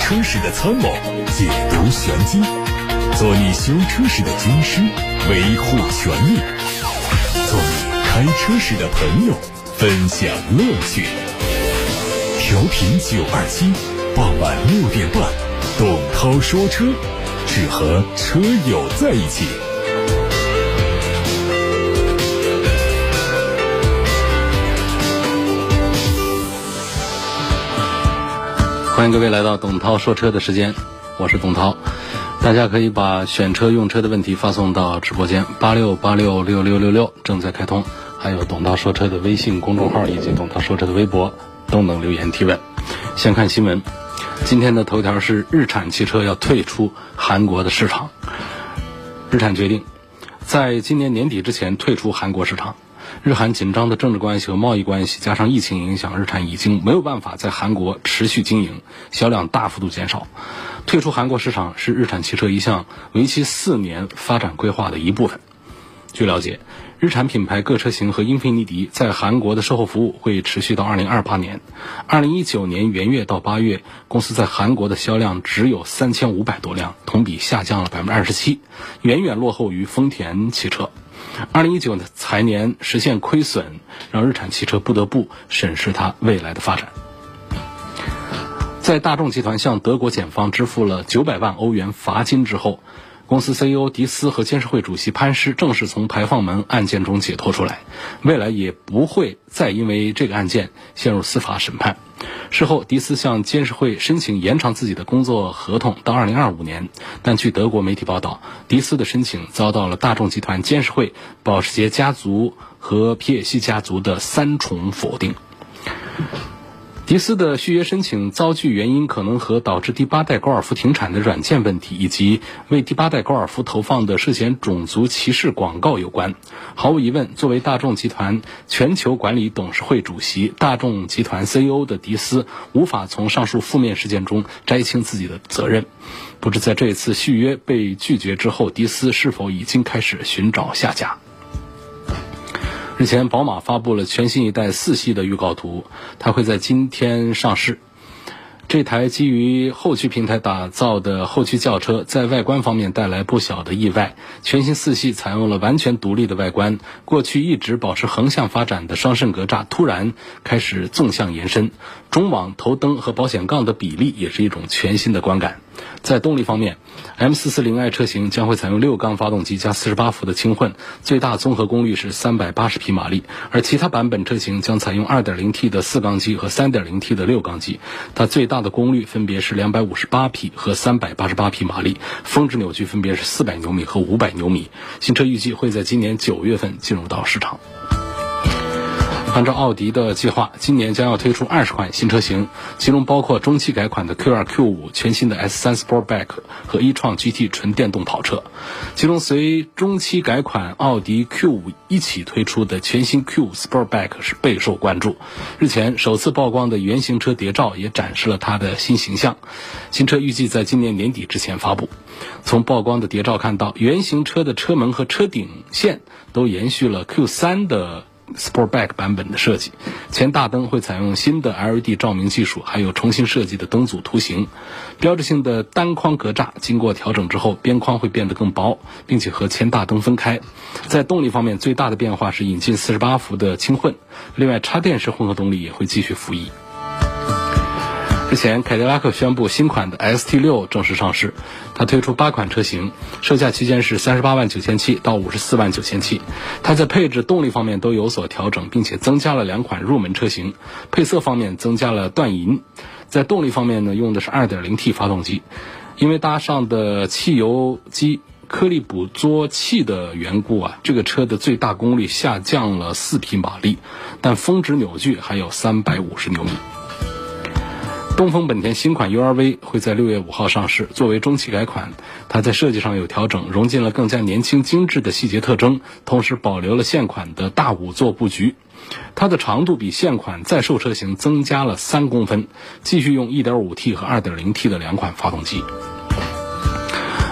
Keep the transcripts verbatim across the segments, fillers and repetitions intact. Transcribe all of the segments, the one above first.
车时的参谋，解读玄机，做你修车时的军师，维护权益；做你开车时的朋友，分享乐趣。调频九二七，傍晚六点半，董涛说车，只和车友在一起。 欢迎各位来到董涛说车的时间，我是董涛。大家可以把选车用车的问题发送到直播间八六八六六六六六，正在开通，还有董涛说车的微信公众号以及董涛说车的微博都能留言提问。先看新闻，今天的头条是日产汽车要退出韩国的市场。日产决定在今年年底之前退出韩国市场。日韩紧张的政治关系和贸易关系加上疫情影响，日产已经没有办法在韩国持续经营，销量大幅度减少。退出韩国市场是日产汽车一项为期四年发展规划的一部分。据了解，日产品牌各车型和英菲尼迪在韩国的售后服务会持续到二零二八年。二零一九年元月到八月，公司在韩国的销量只有三千五百多辆，同比下降了百分之二十七，远远落后于丰田汽车。二零一九财年实现亏损，让日产汽车不得不审视它未来的发展。在大众集团向德国检方支付了九百万欧元罚金之后，公司 C E O 迪斯和监事会主席潘师正式从排放门案件中解脱出来，未来也不会再因为这个案件陷入司法审判。事后，迪斯向监事会申请延长自己的工作合同到二零二五年，但据德国媒体报道，迪斯的申请遭到了大众集团监事会、保时捷家族和皮耶西家族的三重否定。迪斯的续约申请遭拒原因可能和导致第八代高尔夫停产的软件问题，以及为第八代高尔夫投放的涉嫌种族歧视广告有关。毫无疑问，作为大众集团全球管理董事会主席、大众集团 C E O 的迪斯无法从上述负面事件中摘清自己的责任。不知在这一次续约被拒绝之后，迪斯是否已经开始寻找下家。日前，宝马发布了全新一代四系的预告图，它会在今天上市。这台基于后驱平台打造的后驱轿车在外观方面带来不小的意外。全新四系采用了完全独立的外观，过去一直保持横向发展的双肾格栅突然开始纵向延伸，中网、头灯和保险杠的比例也是一种全新的观感。在动力方面， M 四四零 i 车型将会采用六缸发动机加四十八伏的轻混，最大综合功率是三百八十匹马力，而其他版本车型将采用 二点零 T 的四缸机和 三点零 T 的六缸机，它最大的功率分别是两百五十八匹和三百八十八匹马力，峰值扭矩分别是四百牛米和五百牛米。新车预计会在今年九月份进入到市场。按照奥迪的计划，今年将要推出二十款新车型，其中包括中期改款的 Q 二 Q 五、全新的 S 三 Sportback 和e-tron G T 纯电动跑车。其中随中期改款奥迪 Q 五 一起推出的全新 Q 五 Sportback 是备受关注。日前首次曝光的原型车谍照也展示了它的新形象，新车预计在今年年底之前发布。从曝光的谍照看到，原型车的车门和车顶线都延续了 Q 三 的Sportback 版本的设计，前大灯会采用新的 L E D 照明技术，还有重新设计的灯组图形。标志性的单框格栅经过调整之后，边框会变得更薄，并且和前大灯分开。在动力方面，最大的变化是引进四十八伏的轻混，另外插电式混合动力也会继续服役。之前，凯迪拉克宣布新款的 S T 六 正式上市，它推出八款车型，售价区间是三十八万九千七到五十四万九千七。它在配置、动力方面都有所调整，并且增加了两款入门车型。配色方面增加了缎银，在动力方面呢，用的是 二点零 T 发动机，因为搭上的汽油机颗粒捕捉器的缘故啊，这个车的最大功率下降了四匹马力，但峰值扭矩还有三百五十牛米。东风本田新款 U R V 会在六月五号上市，作为中期改款，它在设计上有调整，融进了更加年轻精致的细节特征，同时保留了现款的大五座布局。它的长度比现款在售车型增加了三公分，继续用 一点五 T 和 二点零 T 的两款发动机。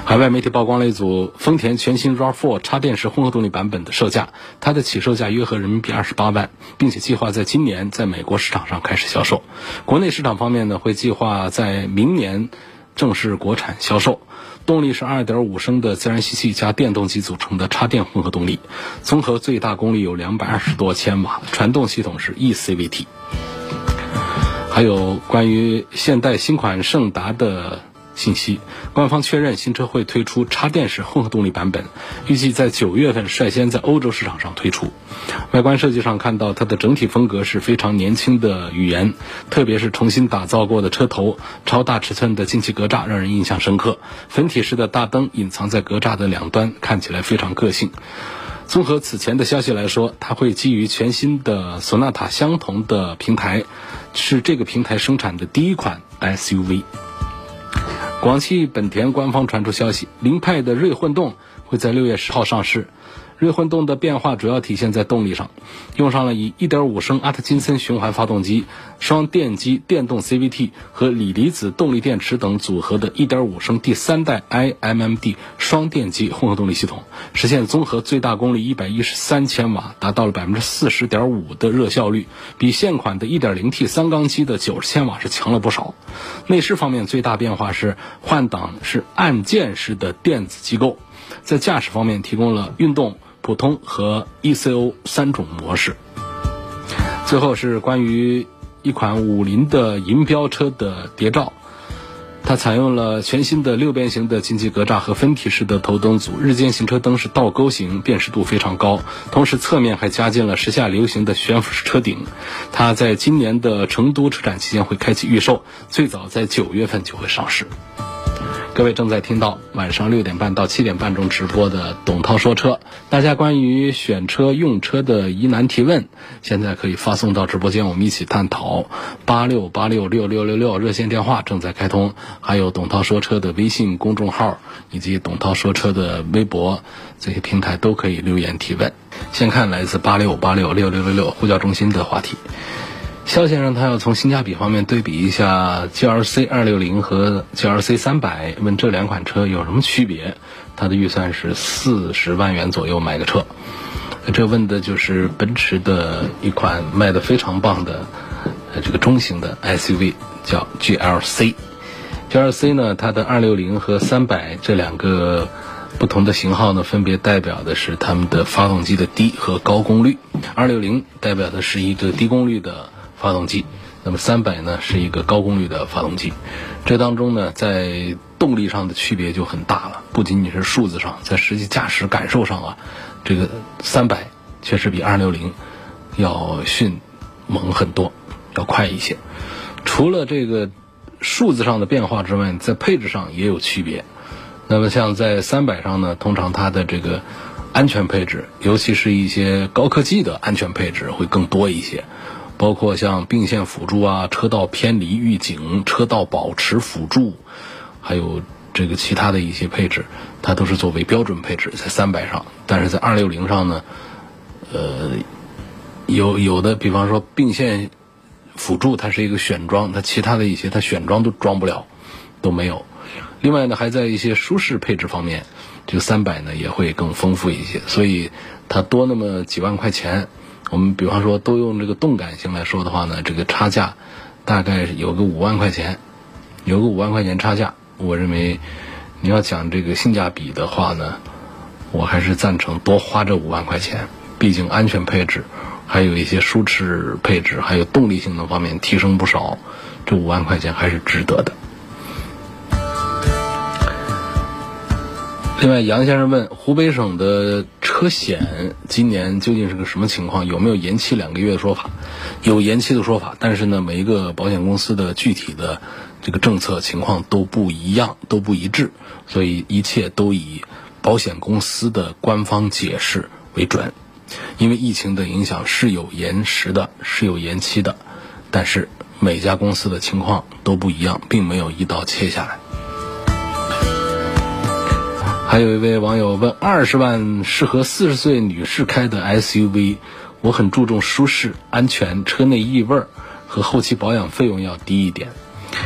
海外媒体曝光了一组丰田全新 RAV 四 插电式混合动力版本的售价，它的起售价约合人民币二十八万，并且计划在今年在美国市场上开始销售。国内市场方面呢，会计划在明年正式国产销售。动力是 二点五 升的自然吸气加电动机组成的插电混合动力，综合最大功率有两百二十多千瓦，传动系统是 E C V T。 还有关于现代新款胜达的信息，官方确认新车会推出插电式混合动力版本，预计在九月份率先在欧洲市场上推出。外观设计上看到它的整体风格是非常年轻的语言，特别是重新打造过的车头，超大尺寸的进气格栅让人印象深刻，分体式的大灯隐藏在格栅的两端，看起来非常个性。综合此前的消息来说，它会基于全新的索纳塔相同的平台，是这个平台生产的第一款 S U V。广汽本田官方传出消息，凌派的锐混动会在六月十号上市。锐混动的变化主要体现在动力上，用上了以 一点五 升阿特金森循环发动机、双电机电动 C V T 和锂离子动力电池等组合的 一点五 升第三代 I M M D 双电机混合动力系统，实现综合最大功率一百一十三千瓦，达到了 百分之四十点五 的热效率，比现款的 一点零 T 三缸机的九十千瓦是强了不少。内饰方面最大变化是换挡是按键式的电子机构，在驾驶方面提供了运动、普通和 E C O 三种模式。最后是关于一款五菱的银标车的谍照，它采用了全新的六边形的进气格栅和分体式的头灯组，日间行车灯是倒钩型，辨识度非常高，同时侧面还加进了时下流行的悬浮式车顶。它在今年的成都车展期间会开启预售，最早在九月份就会上市。各位正在听到晚上六点半到七点半中直播的董涛说车，大家关于选车用车的疑难提问，现在可以发送到直播间，我们一起探讨。八六八六六六六六热线电话正在开通，还有董涛说车的微信公众号以及董涛说车的微博，这些平台都可以留言提问。先看来自八六八六六六六六呼叫中心的话题。肖先生他要从性价比方面对比一下 G L C 二六零和 G L C 三百，问这两款车有什么区别。他的预算是四十万元左右买个车，这问的就是奔驰的一款卖的非常棒的这个中型的 S U V， 叫 G L C。 G L C 呢，它的二六零和三百这两个不同的型号呢，分别代表的是它们的发动机的低和高功率。二六零代表的是一个低功率的发动机，那么三百呢是一个高功率的发动机。这当中呢，在动力上的区别就很大了，不仅仅是数字上，在实际驾驶感受上啊，这个三百确实比二六零要迅猛很多，要快一些。除了这个数字上的变化之外，在配置上也有区别。那么像在三百上呢，通常它的这个安全配置，尤其是一些高科技的安全配置会更多一些，包括像并线辅助啊、车道偏离预警、车道保持辅助，还有这个其他的一些配置，它都是作为标准配置在三百上。但是在二六零上呢，呃，有有的比方说并线辅助它是一个选装，它其他的一些它选装都装不了，都没有。另外呢，还在一些舒适配置方面，这个三百呢也会更丰富一些，所以它多那么几万块钱。我们比方说都用这个动感型来说的话呢，这个差价大概有个五万块钱，有个五万块钱差价。我认为你要讲这个性价比的话呢，我还是赞成多花这五万块钱，毕竟安全配置还有一些舒适配置还有动力性能方面提升不少，这五万块钱还是值得的。另外，杨先生问湖北省的车险今年究竟是个什么情况，有没有延期两个月的说法？有延期的说法，但是呢，每一个保险公司的具体的这个政策情况都不一样，都不一致，所以一切都以保险公司的官方解释为准。因为疫情的影响是有延时的，是有延期的，但是每家公司的情况都不一样，并没有一刀切下来。还有一位网友问，二十万适合四十岁女士开的 S U V， 我很注重舒适、安全，车内异味和后期保养费用要低一点。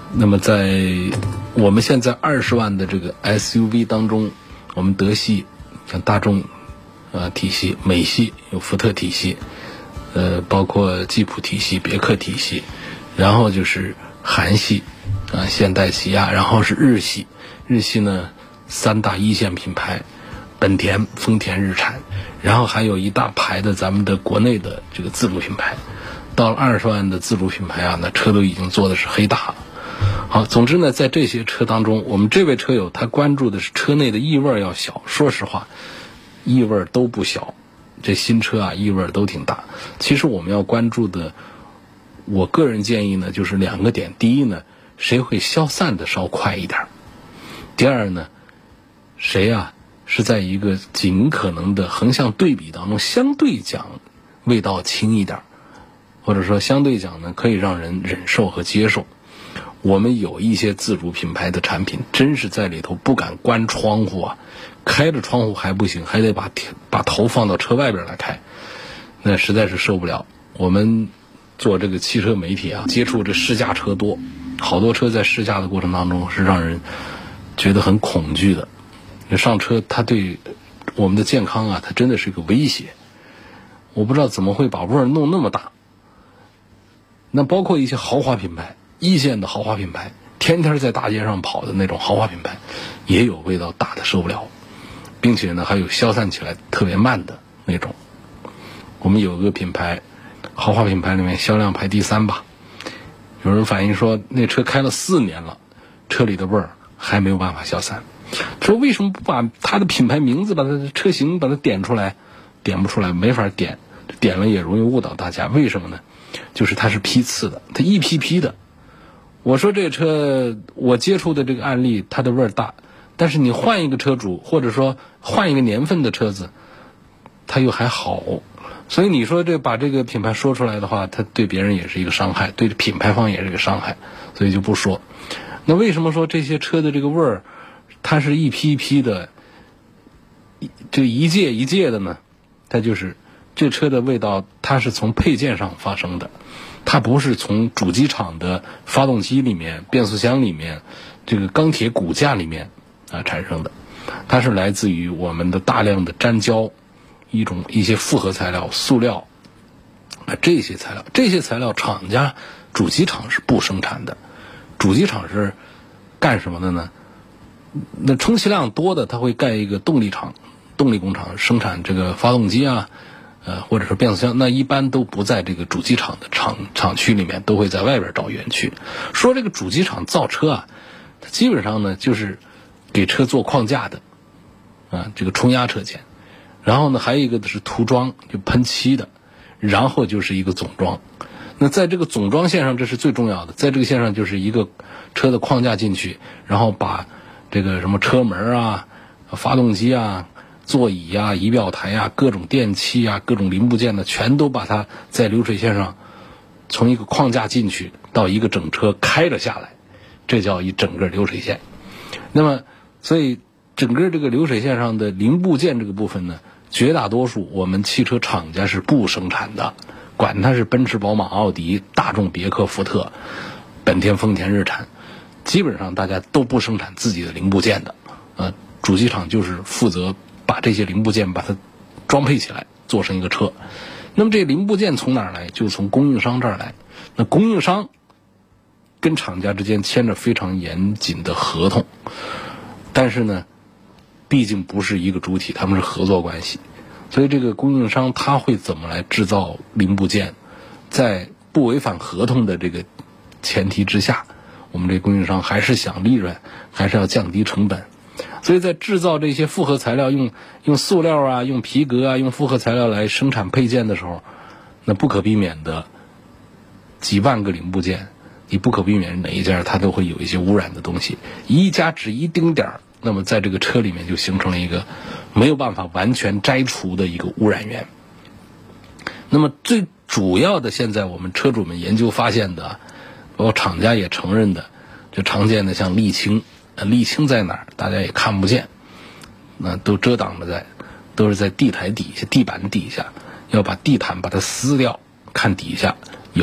那么在我们现在二十万的这个 S U V 当中，我们德系像大众呃体系，美系有福特体系，呃包括吉普体系、别克体系，然后就是韩系啊，现代起亚，然后是日系，日系呢三大一线品牌，本田、丰田、日产，然后还有一大排的咱们的国内的这个自主品牌。到了二十万的自主品牌啊，那车都已经做的是黑大了。好，总之呢，在这些车当中，我们这位车友他关注的是车内的异味要小。说实话，异味都不小，这新车啊异味都挺大。其实我们要关注的，我个人建议呢，就是两个点。第一呢，谁会消散的稍快一点；第二呢，谁啊是在一个尽可能的横向对比当中，相对讲味道轻一点，或者说相对讲呢可以让人忍受和接受。我们有一些自主品牌的产品，真是在里头不敢关窗户啊，开着窗户还不行，还得把把头放到车外边来开，那实在是受不了。我们做这个汽车媒体啊，接触这试驾车多，好多车在试驾的过程当中是让人觉得很恐惧的。上车它对我们的健康啊，它真的是一个威胁。我不知道怎么会把味儿弄那么大。那包括一些豪华品牌，一线的豪华品牌，天天在大街上跑的那种豪华品牌，也有味道大的受不了，并且呢还有消散起来特别慢的那种。我们有个品牌，豪华品牌里面销量排第三吧，有人反映说那车开了四年了，车里的味儿还没有办法消散。说为什么不把它的品牌名字把它的车型把它点出来？点不出来，没法点，点了也容易误导大家。为什么呢？就是它是批次的，它一批批的。我说这车我接触的这个案例，它的味儿大，但是你换一个车主，或者说换一个年份的车子，它又还好。所以你说这把这个品牌说出来的话，它对别人也是一个伤害，对品牌方也是一个伤害，所以就不说。那为什么说这些车的这个味儿，它是一批一批的，这一届一届的呢？它就是这车的味道，它是从配件上发生的，它不是从主机厂的发动机里面、变速箱里面、这个钢铁骨架里面啊产生的，它是来自于我们的大量的粘胶，一种一些复合材料、塑料啊这些材料，这些材料厂家主机厂是不生产的，主机厂是干什么的呢？那充其量多的，它会盖一个动力厂。动力工厂生产这个发动机啊，呃，或者是变速箱，那一般都不在这个主机厂的厂厂区里面，都会在外边找园区。说这个主机厂造车啊，它基本上呢就是给车做框架的，啊，这个冲压车件，然后呢还有一个是涂装，就喷漆的，然后就是一个总装。那在这个总装线上，这是最重要的，在这个线上就是一个车的框架进去，然后把这个什么车门啊、发动机啊、座椅啊、仪表台啊、各种电器啊、各种零部件呢，全都把它在流水线上从一个框架进去到一个整车开了下来，这叫一整个流水线。那么所以整个这个流水线上的零部件这个部分呢，绝大多数我们汽车厂家是不生产的，管它是奔驰、宝马、奥迪、大众、别克、福特、本田、丰田、日产，基本上大家都不生产自己的零部件的，呃，主机厂就是负责把这些零部件把它装配起来做成一个车。那么这零部件从哪儿来？就从供应商这儿来。那供应商跟厂家之间签着非常严谨的合同，但是呢毕竟不是一个主体，他们是合作关系，所以这个供应商他会怎么来制造零部件，在不违反合同的这个前提之下，我们这供应商还是想利润，还是要降低成本。所以在制造这些复合材料，用用塑料啊、用皮革啊、用复合材料来生产配件的时候，那不可避免的几万个零部件，你不可避免哪一家它都会有一些污染的东西，一家只一丁点儿，那么在这个车里面就形成了一个没有办法完全摘除的一个污染源。那么最主要的，现在我们车主们研究发现的，包括厂家也承认的，就常见的像沥青，沥青在哪儿大家也看不见，那都遮挡着在，都是在地台底下、地板底下，要把地毯把它撕掉，看底下有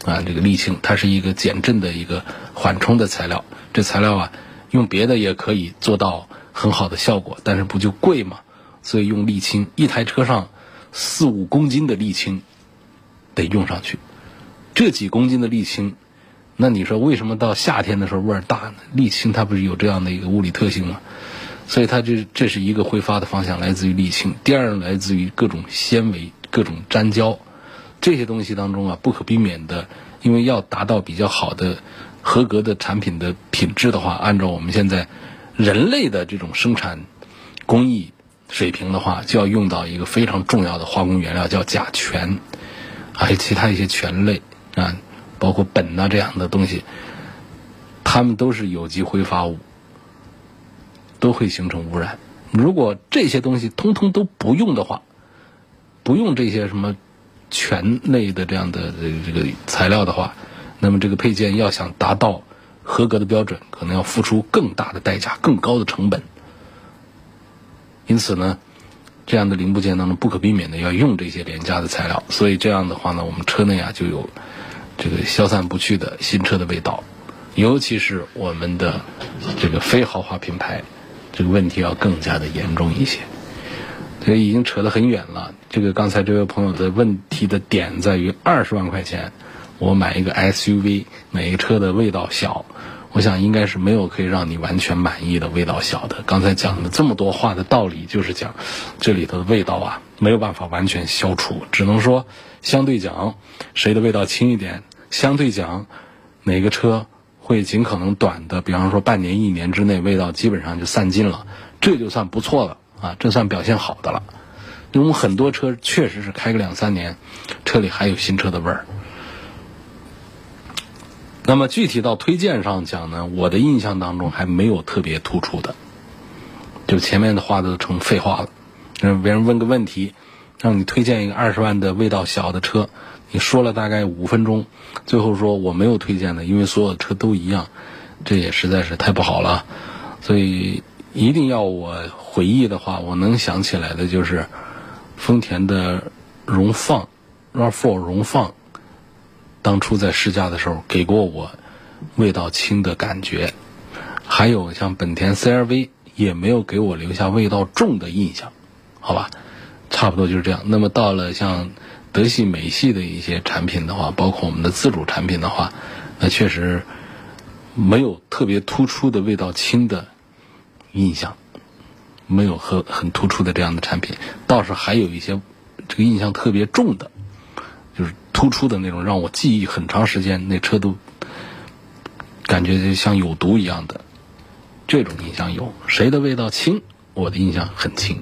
啊，这个沥青它是一个减震的一个缓冲的材料，这材料啊用别的也可以做到很好的效果，但是不就贵吗？所以用沥青，一台车上四五公斤的沥青得用上去，这几公斤的沥青，那你说为什么到夏天的时候味儿大呢？沥青它不是有这样的一个物理特性吗？所以它这这是一个挥发的方向，来自于沥青。第二来自于各种纤维、各种粘胶，这些东西当中啊，不可避免的，因为要达到比较好的合格的产品的品质的话，按照我们现在人类的这种生产工艺水平的话，就要用到一个非常重要的化工原料，叫甲醛，还有其他一些醛类啊，包括苯啊这样的东西，它们都是有机挥发物，都会形成污染。如果这些东西通通都不用的话，不用这些什么醛类的这样的这个材料的话，那么这个配件要想达到合格的标准，可能要付出更大的代价，更高的成本。因此呢，这样的零部件当中不可避免的要用这些廉价的材料，所以这样的话呢，我们车内啊就有这个消散不去的新车的味道，尤其是我们的这个非豪华品牌，这个问题要更加的严重一些。这已经扯得很远了。这个刚才这位朋友的问题的点在于二十万块钱，我买一个 S U V， 每个车的味道小，我想应该是没有可以让你完全满意的味道小的。刚才讲的这么多话的道理，就是讲这里头的味道啊没有办法完全消除，只能说相对讲谁的味道轻一点，相对讲哪个车会尽可能短的，比方说半年一年之内味道基本上就散尽了，这就算不错了啊，这算表现好的了。因为我们很多车确实是开个两三年，车里还有新车的味儿。那么具体到推荐上讲呢，我的印象当中还没有特别突出的，就前面的话都成废话了。别人问个问题，让你推荐一个二十万的味道小的车，你说了大概五分钟，最后说我没有推荐的，因为所有的车都一样，这也实在是太不好了。所以一定要我回忆的话，我能想起来的就是丰田的荣放 RAV 四 荣放，当初在试驾的时候给过我味道轻的感觉，还有像本田 C R V 也没有给我留下味道重的印象，好吧，差不多就是这样。那么到了像德系美系的一些产品的话，包括我们的自主产品的话，那确实没有特别突出的味道轻的印象，没有很很突出的这样的产品，倒是还有一些这个印象特别重的，就是突出的那种，让我记忆很长时间，那车都感觉像有毒一样的，这种印象有。谁的味道轻，我的印象很轻。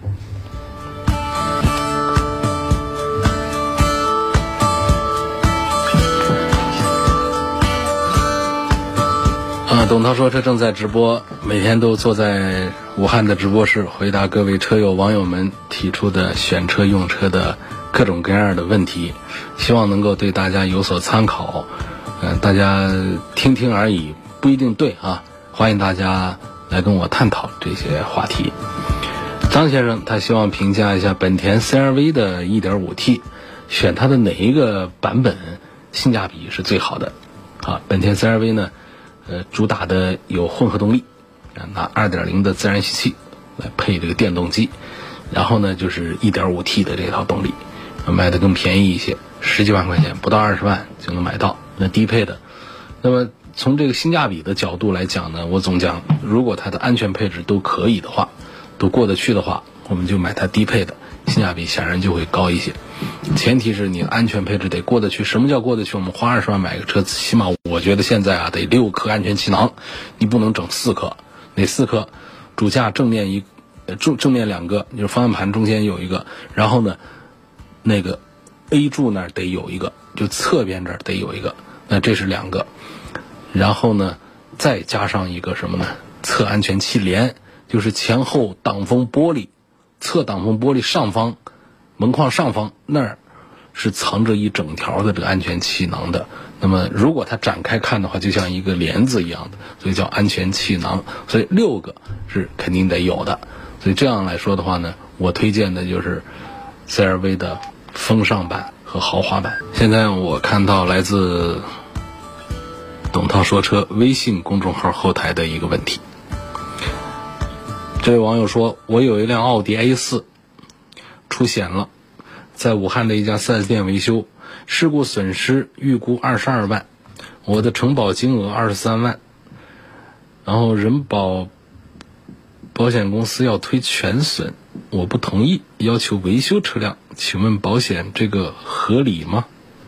啊，董涛说车正在直播，每天都坐在武汉的直播室回答各位车友网友们提出的选车用车的各种各样的问题，希望能够对大家有所参考，呃，大家听听而已，不一定对啊，欢迎大家来跟我探讨这些话题。张先生他希望评价一下本田 C R V 的 一点五 T， 选它的哪一个版本性价比是最好的啊？本田 C R V 呢呃，主打的有混合动力，拿 二点零 的自然吸气来配这个电动机，然后呢就是 一点五 T 的这套动力，卖的更便宜一些，十几万块钱，不到二十万就能买到，那低配的。那么从这个性价比的角度来讲呢，我总讲，如果它的安全配置都可以的话，都过得去的话，我们就买它低配的，性价比显然就会高一些。前提是你的安全配置得过得去。什么叫过得去？我们花二十万买个车，起码我觉得现在啊得六颗安全气囊，你不能整四颗。哪四颗？主驾正面一，正正面两个，就是方向盘中间有一个，然后呢，那个 A 柱那儿得有一个，就侧边这儿得有一个，那这是两个。然后呢，再加上一个什么呢？侧安全气帘，就是前后挡风玻璃，侧挡风玻璃上方。门框上方那儿是藏着一整条的这个安全气囊的，那么如果它展开看的话，就像一个帘子一样的，所以叫安全气囊。所以六个是肯定得有的。所以这样来说的话呢，我推荐的就是 C R V 的风尚版和豪华版。现在我看到来自董涛说车微信公众号后台的一个问题，这位网友说，我有一辆奥迪 A 四 出险了，在武汉的一家 四 S 店维修，事故损失预估二十二万，我的承保金额二十三万，然后人保保险公司要推全损，我不同意，要求维修车辆，请问保险这个合理吗？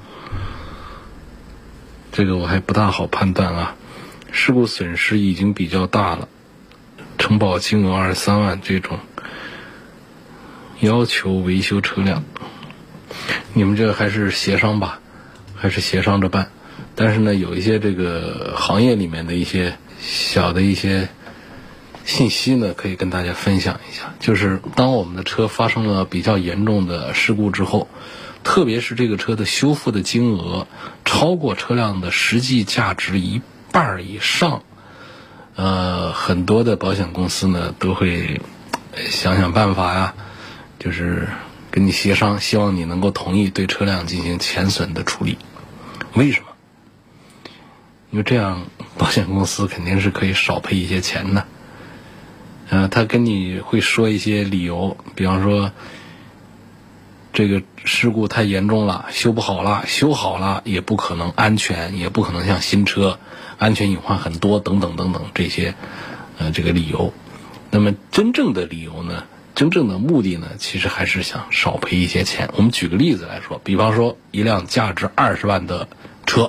这个我还不大好判断啊，事故损失已经比较大了，承保金额二十三万，这种要求维修车辆，你们这还是协商吧，还是协商着办。但是呢，有一些这个行业里面的一些小的一些信息呢，可以跟大家分享一下。就是当我们的车发生了比较严重的事故之后，特别是这个车的修复的金额超过车辆的实际价值一半以上，呃，很多的保险公司呢都会想想办法呀，就是跟你协商，希望你能够同意对车辆进行全损的处理。为什么？因为这样保险公司肯定是可以少赔一些钱的。呃，他跟你会说一些理由，比方说这个事故太严重了，修不好了，修好了也不可能安全，也不可能像新车安全隐患很多等等等等这些呃这个理由。那么真正的理由呢，真正的目的呢，其实还是想少赔一些钱。我们举个例子来说，比方说一辆价值二十万的车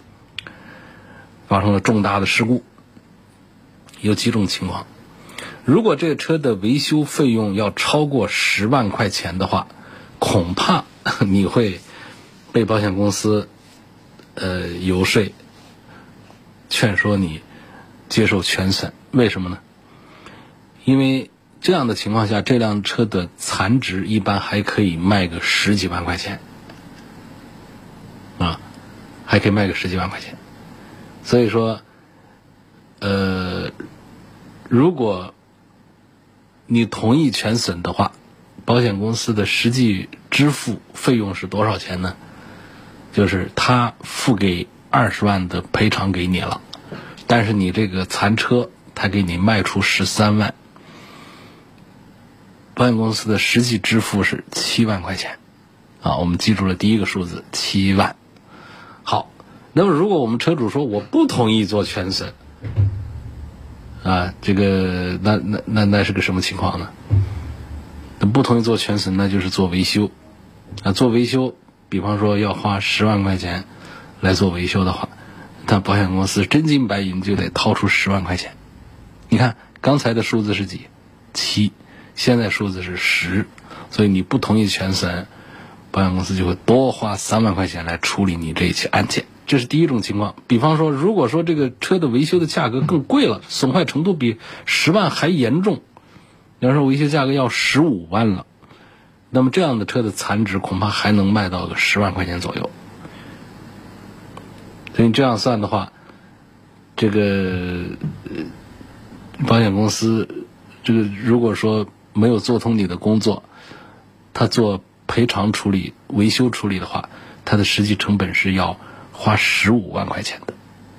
发生了重大的事故，有几种情况。如果这个车的维修费用要超过十万块钱的话，恐怕你会被保险公司呃游说劝说你接受全损。为什么呢？因为这样的情况下，这辆车的残值一般还可以卖个十几万块钱啊，还可以卖个十几万块钱。所以说呃如果你同意全损的话，保险公司的实际支付费用是多少钱呢？就是他付给二十万的赔偿给你了，但是你这个残车他给你卖出十三万，保险公司的实际支付是七万块钱啊，我们记住了第一个数字七万。好，那么如果我们车主说我不同意做全损啊，这个那那那那是个什么情况呢？那不同意做全损，那就是做维修啊。做维修，比方说要花十万块钱来做维修的话，那保险公司真金白银就得掏出十万块钱。你看刚才的数字是几？七，现在数字是十，所以你不同意全损，保险公司就会多花三万块钱来处理你这一起案件。这是第一种情况。比方说，如果说这个车的维修的价格更贵了，损坏程度比十万还严重，比方说维修价格要十五万了，那么这样的车的残值恐怕还能卖到个十万块钱左右。所以你这样算的话，这个保险公司这个如果说没有做通你的工作，他做赔偿处理、维修处理的话，他的实际成本是要花十五万块钱的。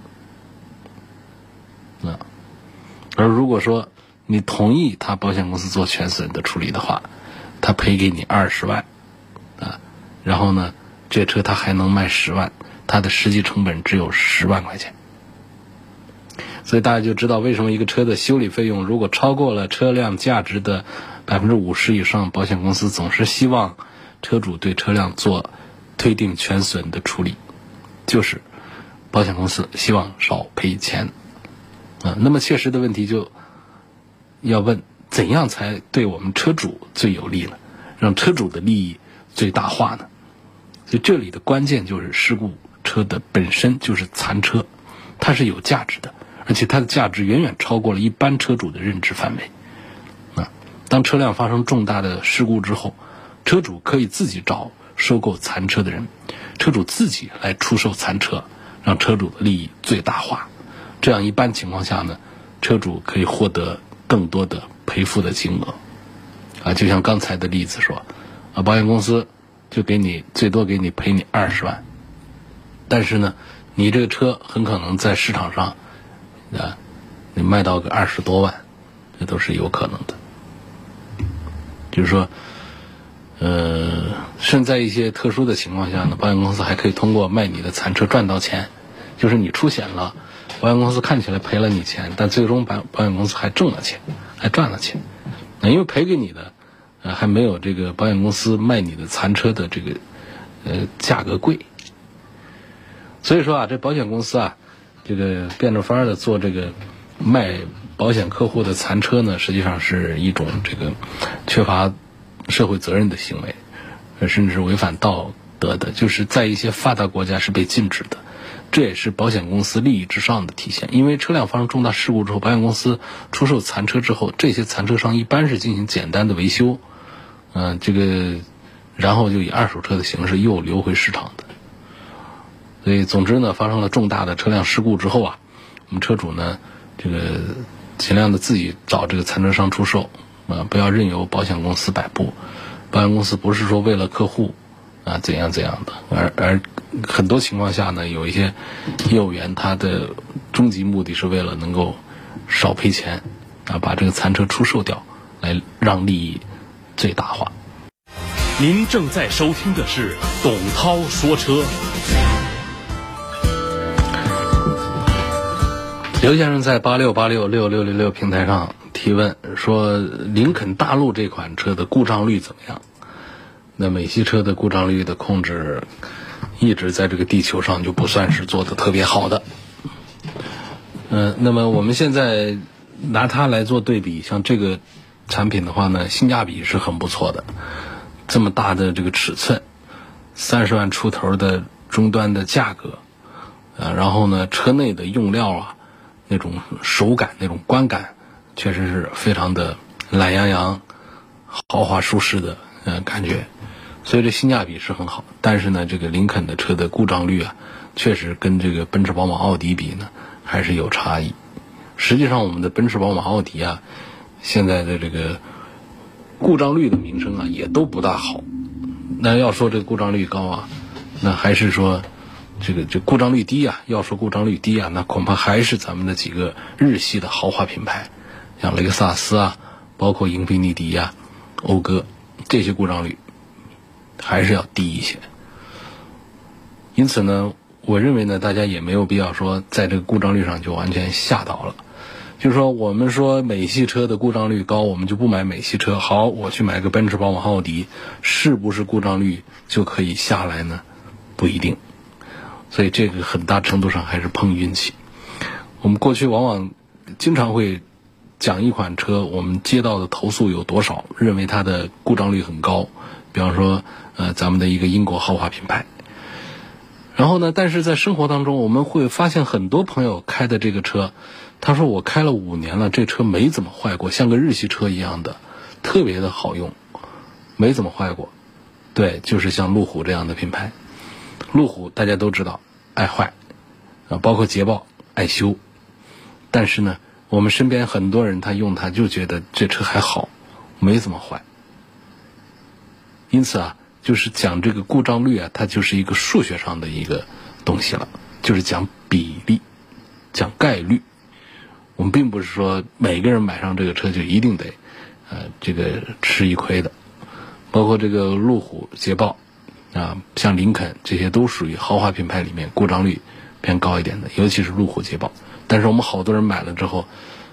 啊，而如果说你同意他保险公司做全损的处理的话，他赔给你二十万啊，然后呢，这车他还能卖十万，他的实际成本只有十万块钱。所以大家就知道为什么一个车的修理费用如果超过了车辆价值的百分之五十以上，保险公司总是希望车主对车辆做推定全损的处理，就是保险公司希望少赔钱啊。那么切实的问题就要问，怎样才对我们车主最有利呢？让车主的利益最大化呢？所以这里的关键就是事故车的本身就是残车，它是有价值的，而且它的价值远远超过了一般车主的认知范围啊。当车辆发生重大的事故之后，车主可以自己找收购残车的人，车主自己来出售残车，让车主的利益最大化。这样一般情况下呢，车主可以获得更多的赔付的金额啊。就像刚才的例子说啊，保险公司就给你最多给你赔你二十万，但是呢，你这个车很可能在市场上啊，你卖到个二十多万，这都是有可能的。就是说，呃，甚至在一些特殊的情况下呢，保险公司还可以通过卖你的残车赚到钱，就是你出险了，保险公司看起来赔了你钱，但最终保保险公司还挣了钱，还赚了钱。那因为赔给你的，呃，还没有这个保险公司卖你的残车的这个呃价格贵。所以说啊，这保险公司啊，这个变着法儿的做这个卖保险客户的残车呢，实际上是一种这个缺乏社会责任的行为，甚至是违反道德的，就是在一些发达国家是被禁止的。这也是保险公司利益至上的体现。因为车辆发生重大事故之后，保险公司出售残车之后，这些残车商一般是进行简单的维修，嗯、呃，这个然后就以二手车的形式又流回市场的。所以总之呢，发生了重大的车辆事故之后啊，我们车主呢，这个尽量的自己找这个残车商出售，啊，不要任由保险公司摆布。保险公司不是说为了客户啊怎样怎样的，而而很多情况下呢，有一些业务员他的终极目的是为了能够少赔钱啊，把这个残车出售掉，来让利益最大化。 您正在收听的是董涛说车。 刘先生在八六八六六六六六平台上提问说，林肯大陆这款车的故障率怎么样？那美系车的故障率的控制一直在这个地球上就不算是做的特别好的。嗯、呃，那么我们现在拿它来做对比，像这个产品的话呢，性价比是很不错的。这么大的这个尺寸，三十万出头的终端的价格，啊，然后呢，车内的用料啊，那种手感、那种观感，确实是非常的懒洋洋、豪华舒适的呃感觉，所以这性价比是很好。但是呢，这个林肯的车的故障率啊，确实跟这个奔驰、宝马、奥迪比呢，还是有差异。实际上，我们的奔驰、宝马、奥迪啊，现在的这个故障率的名声啊，也都不大好。那要说这个故障率高啊，那还是说这个这故障率低啊，要说故障率低啊，那恐怕还是咱们的几个日系的豪华品牌，像雷克萨斯啊，包括英菲尼迪啊、讴歌，这些故障率还是要低一些。因此呢，我认为呢，大家也没有必要说在这个故障率上就完全吓倒了。就是说，我们说美系车的故障率高，我们就不买美系车。好，我去买个奔驰、宝马、奥迪，是不是故障率就可以下来呢？不一定。所以这个很大程度上还是碰运气。我们过去往往经常会讲一款车，我们接到的投诉有多少，认为它的故障率很高。比方说，呃，咱们的一个英国豪华品牌。然后呢，但是在生活当中，我们会发现很多朋友开的这个车，他说我开了五年了，这车没怎么坏过，像个日系车一样的，特别的好用，没怎么坏过。对，就是像路虎这样的品牌。路虎大家都知道爱坏啊，包括捷豹爱修，但是呢，我们身边很多人他用它就觉得这车还好，没怎么坏。因此啊，就是讲这个故障率啊，它就是一个数学上的一个东西了，就是讲比例，讲概率。我们并不是说每个人买上这个车就一定得呃这个吃一亏的，包括这个路虎、捷豹啊，像林肯，这些都属于豪华品牌里面故障率偏高一点的，尤其是路虎、捷豹。但是我们好多人买了之后，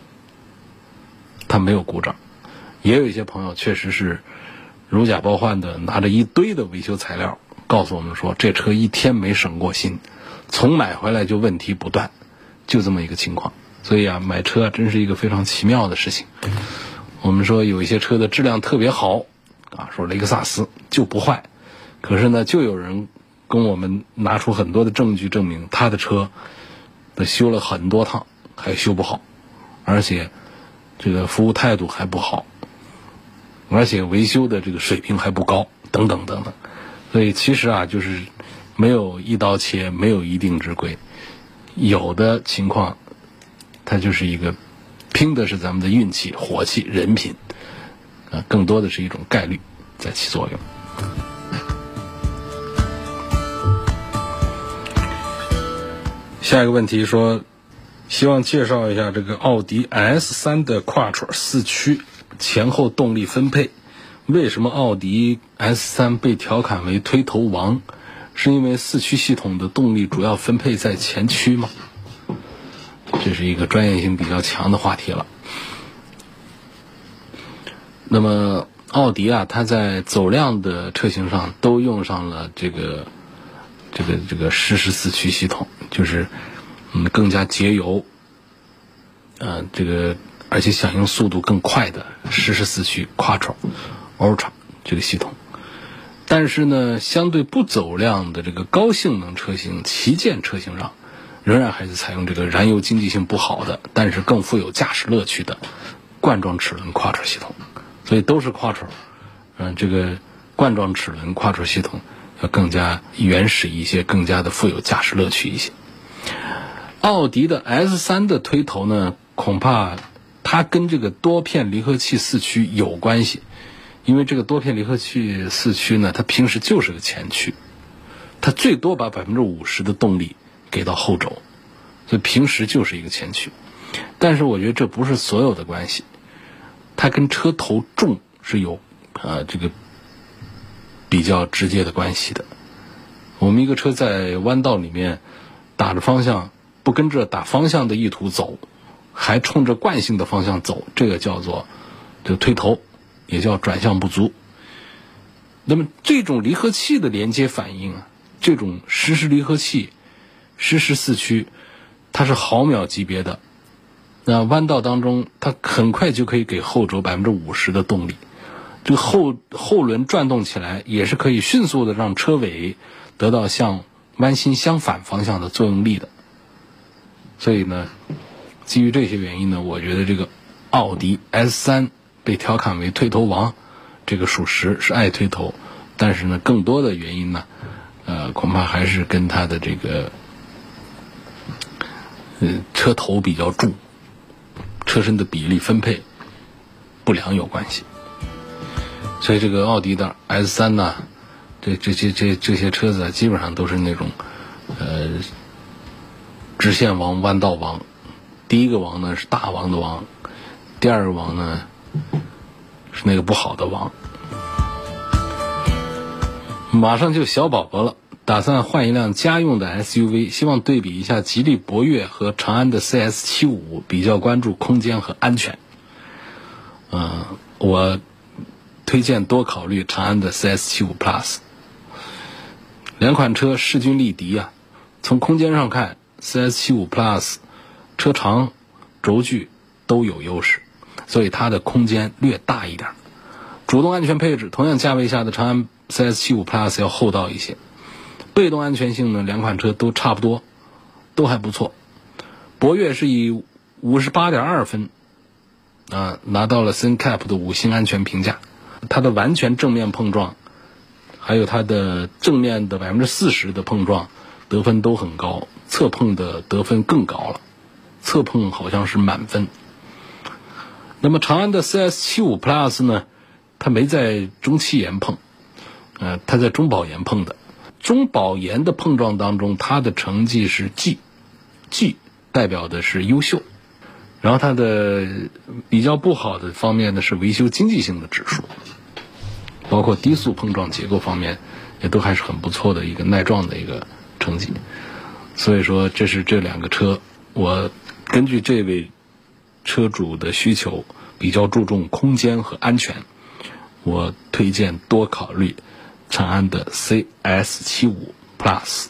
它没有故障。也有一些朋友确实是如假包换的，拿着一堆的维修材料，告诉我们说这车一天没省过心，从买回来就问题不断，就这么一个情况。所以啊，买车真是一个非常奇妙的事情。我们说有一些车的质量特别好啊，说雷克萨斯就不坏。可是呢，就有人跟我们拿出很多的证据证明他的车的修了很多趟还修不好，而且这个服务态度还不好，而且维修的这个水平还不高，等等等等。所以其实啊，就是没有一刀切，没有一定之规，有的情况它就是一个拼的是咱们的运气、火气、人品啊，更多的是一种概率在起作用。 下一个问题说，希望介绍一下这个奥迪 S 三 的 Quattro 四驱前后动力分配。为什么奥迪 S 三 被调侃为推头王？是因为四驱系统的动力主要分配在前驱吗？这是一个专业性比较强的话题了。那么奥迪啊，它在走量的车型上都用上了这个这个这个湿式四驱系统，就是嗯更加节油，呃这个而且响应速度更快的湿式四驱 Quattro、Ultra 这个系统。但是呢，相对不走量的这个高性能车型、旗舰车型上，仍然还是采用这个燃油经济性不好的，但是更富有驾驶乐趣的冠状齿轮 Quattro 系统。所以都是 Quattro， 嗯，这个冠状齿轮 Quattro 系统要更加原始一些，更加的富有驾驶乐趣一些。奥迪的 S 三 的推头呢，恐怕它跟这个多片离合器四驱有关系。因为这个多片离合器四驱呢，它平时就是个前驱，它最多把 百分之五十 的动力给到后轴，所以平时就是一个前驱。但是我觉得这不是所有的关系，它跟车头重是有呃这个比较直接的关系的。我们一个车在弯道里面打着方向，不跟着打方向的意图走，还冲着惯性的方向走，这个叫做这个推头，也叫转向不足。那么这种离合器的连接反应啊，这种湿式离合器、湿式四驱，它是毫秒级别的。那弯道当中，它很快就可以给后轴 百分之五十 的动力。这个后后轮转动起来，也是可以迅速的让车尾得到向弯心相反方向的作用力的。所以呢，基于这些原因呢，我觉得这个奥迪 S 三 被调侃为推头王，这个属实是爱推头，但是呢，更多的原因呢，呃，恐怕还是跟它的这个，呃，车头比较重，车身的比例分配不良有关系。所以这个奥迪的 S 三 呢，这这些这这些车子啊，基本上都是那种，呃，直线王、弯道王。第一个王呢是大王的王，第二个王呢是那个不好的王。马上就小宝宝了，打算换一辆家用的 S U V， 希望对比一下吉利博越和长安的 C S 七十五， 比较关注空间和安全。嗯、呃，我推荐多考虑长安的 C S 七十五 Plus。两款车势均力敌啊，从空间上看 ，C S 七十五 Plus 车长、轴距都有优势，所以它的空间略大一点。主动安全配置，同样价位下的长安 C S 七十五 Plus 要厚道一些。被动安全性呢，两款车都差不多，都还不错。博越是以 五十八点二 分啊拿到了 C N C A P 的五星安全评价。它的完全正面碰撞，还有它的正面的 百分之四十 的碰撞得分都很高，侧碰的得分更高了，侧碰好像是满分。那么长安的 C S 七十五 Plus 呢，它没在中期沿碰，呃，它在中保研碰的。中保研的碰撞当中，它的成绩是 G，G 代表的是优秀。然后它的比较不好的方面呢是维修经济性的指数，包括低速碰撞结构方面也都还是很不错的一个耐撞的一个成绩。所以说这是这两个车，我根据这位车主的需求，比较注重空间和安全，我推荐多考虑长安的 C S 七十五 Plus。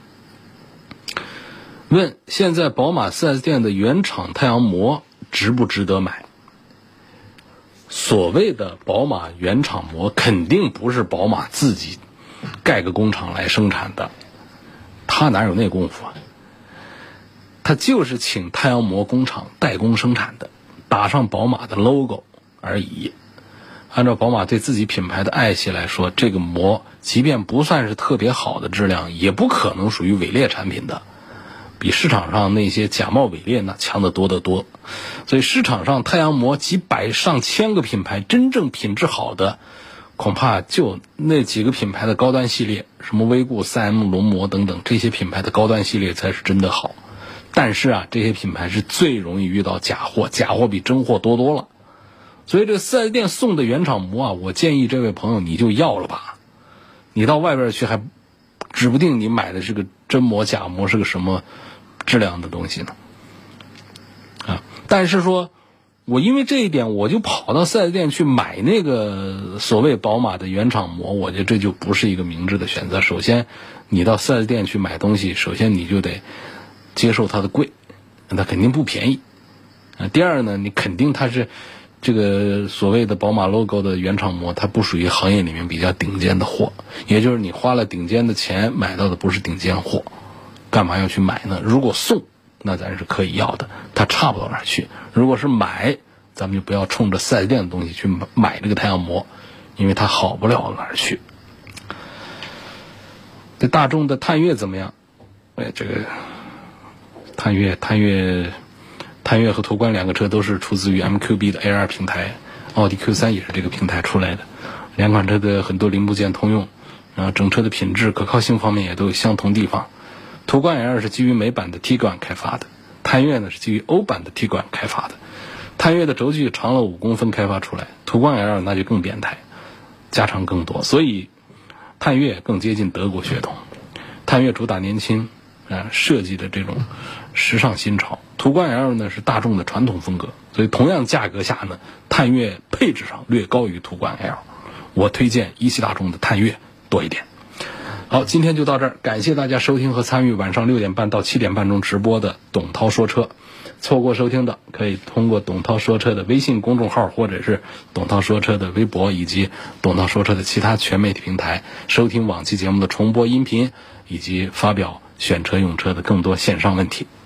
问现在宝马 四 S 店的原厂太阳膜值不值得买？所谓的宝马原厂膜肯定不是宝马自己盖个工厂来生产的，他哪有那功夫啊？他就是请太阳膜工厂代工生产的，打上宝马的 logo 而已。按照宝马对自己品牌的爱惜来说，这个膜即便不算是特别好的质量，也不可能属于伪劣产品的，比市场上那些假冒伪劣那强得多得多。所以市场上太阳膜几百上千个品牌，真正品质好的恐怕就那几个品牌的高端系列，什么威固、三 M、龙膜等等，这些品牌的高端系列才是真的好。 但是啊，这些品牌是最容易遇到假货，假货比真货多多了。所以这个 四 S 店送的原厂膜啊，我建议这位朋友你就要了吧。你到外边去还指不定你买的是个真膜假膜是个什么质量的东西呢啊！但是说我因为这一点我就跑到 四 S 店去买那个所谓宝马的原厂膜，我觉得这就不是一个明智的选择。首先你到 四 S 店去买东西，首先你就得接受它的贵，它肯定不便宜啊。第二呢，你肯定它是这个所谓的宝马 logo 的原厂膜，它不属于行业里面比较顶尖的货，也就是你花了顶尖的钱买到的不是顶尖货，干嘛要去买呢？如果送那咱是可以要的，它差不到哪儿去。如果是买，咱们就不要冲着 四 S 店的东西去买这个太阳膜，因为它好不了哪儿去。这大众的探岳怎么样？哎，这个探岳探岳探岳和途观两个车都是出自于 M Q B 的 A 二 平台，奥迪 Q 三 也是这个平台出来的，两款车的很多零部件通用，然后整车的品质可靠性方面也都有相同地方。途观 L 是基于美版的 Tiguan 开发的，探岳呢是基于欧版的 Tiguan 开发的。探岳的轴距长了五公分开发出来，途观 L 那就更变态，加长更多，所以探岳更接近德国血统。探岳主打年轻啊，设计的这种时尚新潮。途观 L 呢是大众的传统风格，所以同样价格下呢，探岳配置上略高于途观 L。我推荐一汽大众的探岳多一点。好，今天就到这儿，感谢大家收听和参与晚上六点半到七点半钟直播的董涛说车。错过收听的可以通过董涛说车的微信公众号，或者是董涛说车的微博，以及董涛说车的其他全媒体平台收听往期节目的重播音频，以及发表选车用车的更多线上问题。